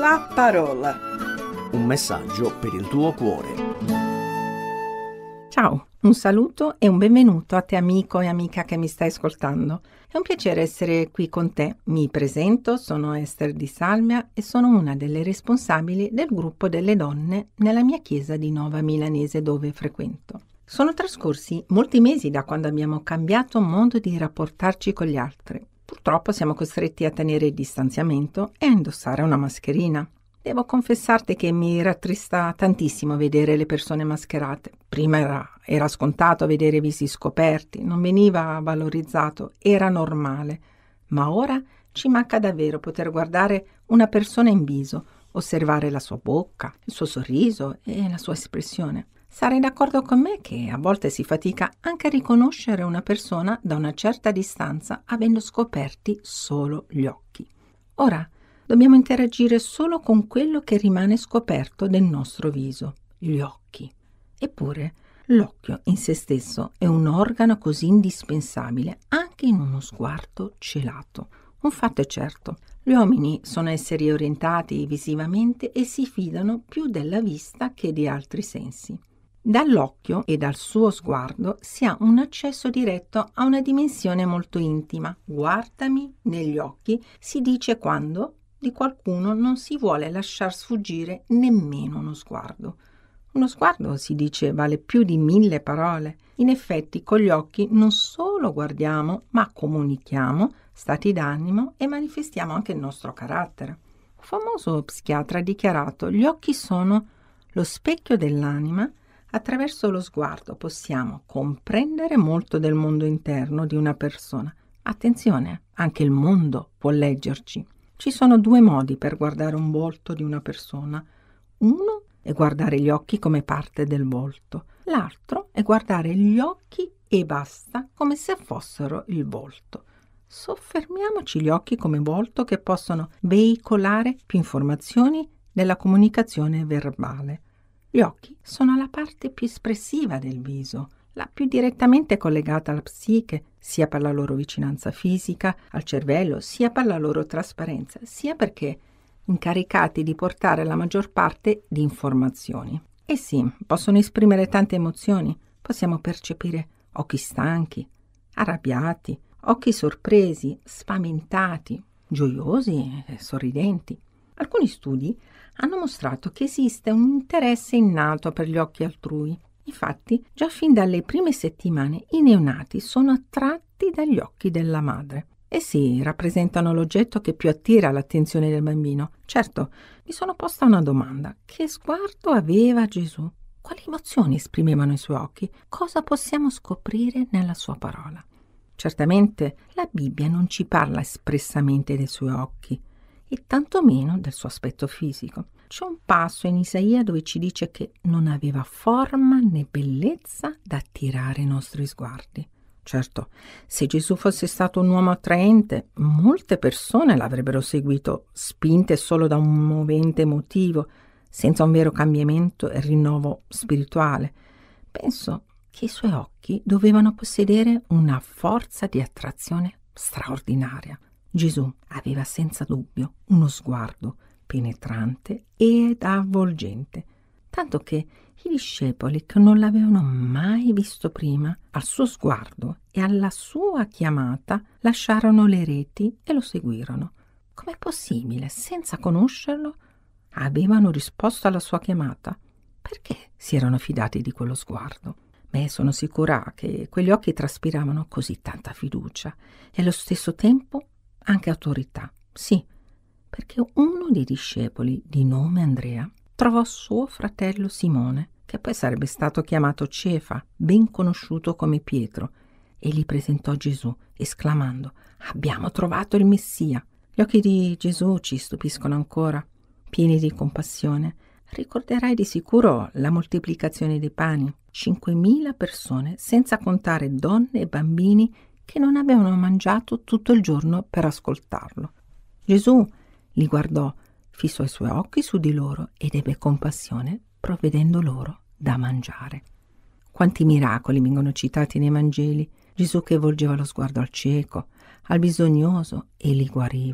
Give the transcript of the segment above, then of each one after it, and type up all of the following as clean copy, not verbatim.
La parola. Un messaggio per il tuo cuore. Ciao, un saluto e un benvenuto a te amico e amica che mi stai ascoltando. È un piacere essere qui con te. Mi presento, sono Ester Di Salmia e sono una delle responsabili del gruppo delle donne nella mia chiesa di Nova Milanese dove frequento. Sono trascorsi molti mesi da quando abbiamo cambiato modo di rapportarci con gli altri. Purtroppo siamo costretti a tenere il distanziamento e a indossare una mascherina. Devo confessarti che mi rattrista tantissimo vedere le persone mascherate. Prima era scontato vedere visi scoperti, non veniva valorizzato, era normale. Ma ora ci manca davvero poter guardare una persona in viso, osservare la sua bocca, il suo sorriso e la sua espressione. Sarai d'accordo con me che a volte si fatica anche a riconoscere una persona da una certa distanza avendo scoperti solo gli occhi. Ora, dobbiamo interagire solo con quello che rimane scoperto del nostro viso, gli occhi. Eppure, l'occhio in se stesso è un organo così indispensabile anche in uno sguardo celato. Un fatto è certo, gli uomini sono esseri orientati visivamente e si fidano più della vista che di altri sensi. Dall'occhio e dal suo sguardo si ha un accesso diretto a una dimensione molto intima. Guardami negli occhi, si dice quando di qualcuno non si vuole lasciar sfuggire nemmeno uno sguardo. Uno sguardo, si dice, vale più di 1000 parole. In effetti, con gli occhi non solo guardiamo, ma comunichiamo stati d'animo e manifestiamo anche il nostro carattere. Un famoso psichiatra ha dichiarato: gli occhi sono lo specchio dell'anima. Attraverso lo sguardo possiamo comprendere molto del mondo interno di una persona. Attenzione, anche il mondo può leggerci. Ci sono 2 modi per guardare un volto di una persona. Uno è guardare gli occhi come parte del volto. L'altro è guardare gli occhi e basta, come se fossero il volto. Soffermiamoci gli occhi come volto che possono veicolare più informazioni della comunicazione verbale. Gli occhi sono la parte più espressiva del viso, la più direttamente collegata alla psiche, sia per la loro vicinanza fisica al cervello, sia per la loro trasparenza, sia perché incaricati di portare la maggior parte di informazioni. E sì, possono esprimere tante emozioni. Possiamo percepire occhi stanchi, arrabbiati, occhi sorpresi, spaventati, gioiosi e sorridenti. Alcuni studi hanno mostrato che esiste un interesse innato per gli occhi altrui. Infatti, già fin dalle prime settimane i neonati sono attratti dagli occhi della madre. Essi rappresentano l'oggetto che più attira l'attenzione del bambino. Certo, mi sono posta una domanda. Che sguardo aveva Gesù? Quali emozioni esprimevano i suoi occhi? Cosa possiamo scoprire nella sua parola? Certamente la Bibbia non ci parla espressamente dei suoi occhi, e tantomeno del suo aspetto fisico. C'è un passo in Isaia dove ci dice che non aveva forma né bellezza da attirare i nostri sguardi. Certo, se Gesù fosse stato un uomo attraente, molte persone l'avrebbero seguito, spinte solo da un movente emotivo, senza un vero cambiamento e rinnovo spirituale. Penso che i suoi occhi dovevano possedere una forza di attrazione straordinaria. Gesù aveva senza dubbio uno sguardo penetrante ed avvolgente, tanto che i discepoli che non l'avevano mai visto prima, al suo sguardo e alla sua chiamata, lasciarono le reti e lo seguirono. Com'è possibile? Senza conoscerlo, avevano risposto alla sua chiamata. Perché si erano fidati di quello sguardo? Sono sicura che quegli occhi traspiravano così tanta fiducia e allo stesso tempo anche autorità. Sì, perché uno dei discepoli di nome Andrea trovò suo fratello Simone, che poi sarebbe stato chiamato Cefa, ben conosciuto come Pietro, e gli presentò Gesù, esclamando: «Abbiamo trovato il Messia!» Gli occhi di Gesù ci stupiscono ancora, pieni di compassione. Ricorderai di sicuro la moltiplicazione dei pani, 5.000 persone, senza contare donne e bambini che non avevano mangiato tutto il giorno per ascoltarlo. Gesù li guardò, fissò i suoi occhi su di loro ed ebbe compassione, provvedendo loro da mangiare. Quanti miracoli vengono citati nei Vangeli. Gesù che volgeva lo sguardo al cieco, al bisognoso e li guariva.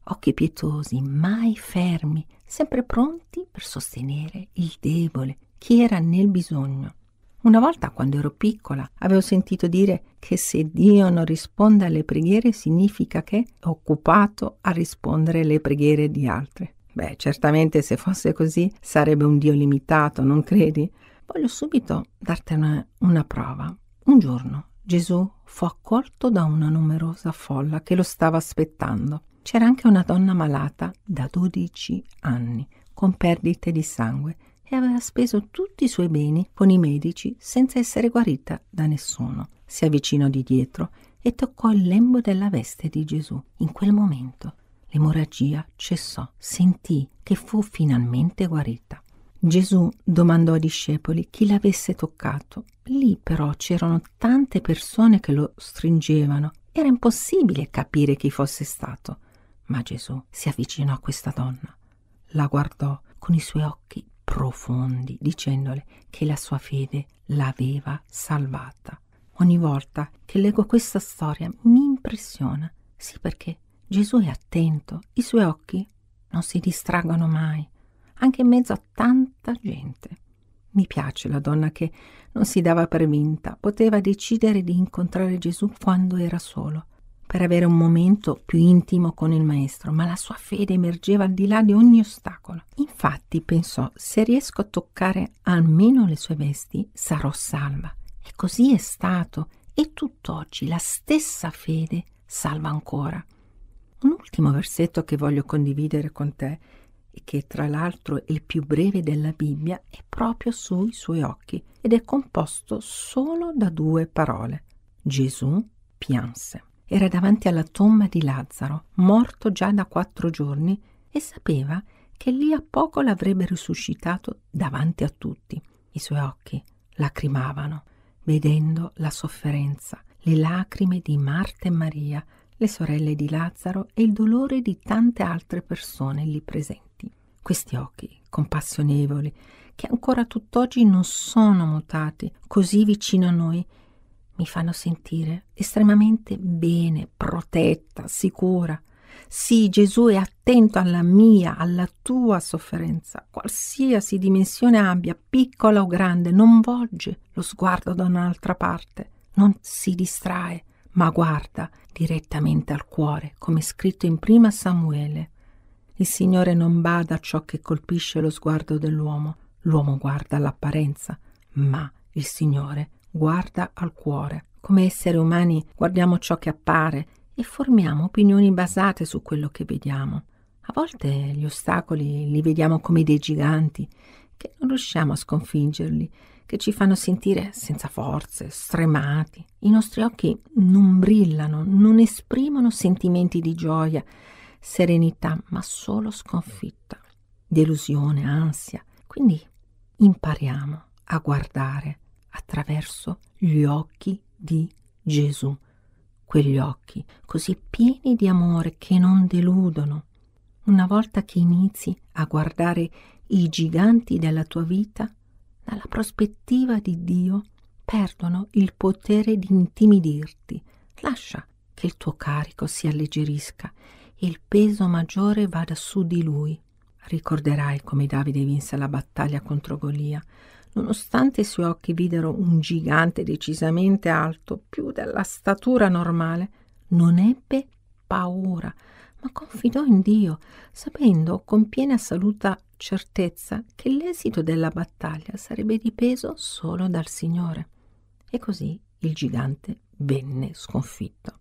occhi pietosi, mai fermi, sempre pronti per sostenere il debole, chi era nel bisogno. Una volta, quando ero piccola, avevo sentito dire che se Dio non risponde alle preghiere significa che è occupato a rispondere alle preghiere di altri. Beh, certamente se fosse così sarebbe un Dio limitato, non credi? Voglio subito dartene una prova. Un giorno Gesù fu accolto da una numerosa folla che lo stava aspettando. C'era anche una donna malata da 12 anni, con perdite di sangue, e aveva speso tutti i suoi beni con i medici senza essere guarita da nessuno. Si avvicinò di dietro e toccò il lembo della veste di Gesù. In quel momento l'emorragia cessò, sentì che fu finalmente guarita. Gesù domandò ai discepoli chi l'avesse toccato. Lì però c'erano tante persone che lo stringevano. Era impossibile capire chi fosse stato. Ma Gesù si avvicinò a questa donna, la guardò con i suoi occhi profondi, dicendole che la sua fede l'aveva salvata. Ogni volta che leggo questa storia mi impressiona. Sì, perché Gesù è attento, i suoi occhi non si distraggono mai, anche in mezzo a tanta gente. Mi piace la donna che non si dava per vinta, poteva decidere di incontrare Gesù quando era solo, per avere un momento più intimo con il Maestro, ma la sua fede emergeva al di là di ogni ostacolo. Infatti pensò, se riesco a toccare almeno le sue vesti, sarò salva. E così è stato, e tutt'oggi la stessa fede salva ancora. Un ultimo versetto che voglio condividere con te, e che tra l'altro è il più breve della Bibbia, è proprio sui suoi occhi, ed è composto solo da 2 parole. Gesù pianse. Era davanti alla tomba di Lazzaro, morto già da 4 giorni, e sapeva che lì a poco l'avrebbe risuscitato davanti a tutti. I suoi occhi lacrimavano, vedendo la sofferenza, le lacrime di Marta e Maria, le sorelle di Lazzaro e il dolore di tante altre persone lì presenti. Questi occhi compassionevoli, che ancora tutt'oggi non sono mutati, così vicino a noi, mi fanno sentire estremamente bene, protetta, sicura. Sì, Gesù è attento alla mia, alla tua sofferenza, qualsiasi dimensione abbia, piccola o grande, non volge lo sguardo da un'altra parte, non si distrae, ma guarda direttamente al cuore, come è scritto in 1 Samuele. Il Signore non bada a ciò che colpisce lo sguardo dell'uomo, l'uomo guarda all'apparenza, ma il Signore guarda al cuore. Come esseri umani guardiamo ciò che appare e formiamo opinioni basate su quello che vediamo. A volte gli ostacoli li vediamo come dei giganti che non riusciamo a sconfiggerli, che ci fanno sentire senza forze, stremati. I nostri occhi non brillano, non esprimono sentimenti di gioia, serenità, ma solo sconfitta, delusione, ansia. Quindi impariamo a guardare attraverso gli occhi di Gesù, quegli occhi così pieni di amore che non deludono. Una volta che inizi a guardare i giganti della tua vita, dalla prospettiva di Dio, perdono il potere di intimidirti. Lascia che il tuo carico si alleggerisca e il peso maggiore vada su di Lui. Ricorderai come Davide vinse la battaglia contro Golia. Nonostante i suoi occhi videro un gigante decisamente alto, più della statura normale, non ebbe paura, ma confidò in Dio, sapendo con piena assoluta certezza che l'esito della battaglia sarebbe dipeso solo dal Signore. E così il gigante venne sconfitto.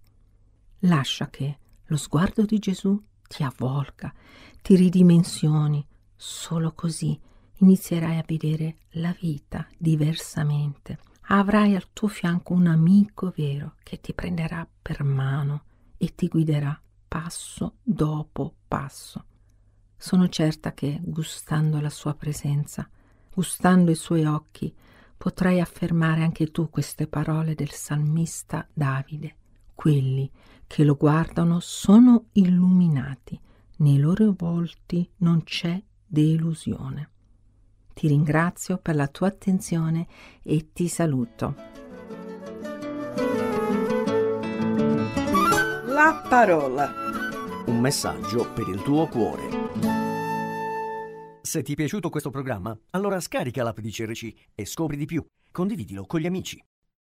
Lascia che lo sguardo di Gesù ti avvolga, ti ridimensioni. Solo così inizierai a vedere la vita diversamente. Avrai al tuo fianco un amico vero che ti prenderà per mano e ti guiderà passo dopo passo. Sono certa che, gustando la sua presenza, gustando i suoi occhi, potrai affermare anche tu queste parole del salmista Davide. Quelli che lo guardano sono illuminati, nei loro volti non c'è delusione. Ti ringrazio per la tua attenzione e ti saluto. La parola. un messaggio per il tuo cuore. Se ti è piaciuto questo programma, allora scarica l'app di CRC e scopri di più. Condividilo con gli amici.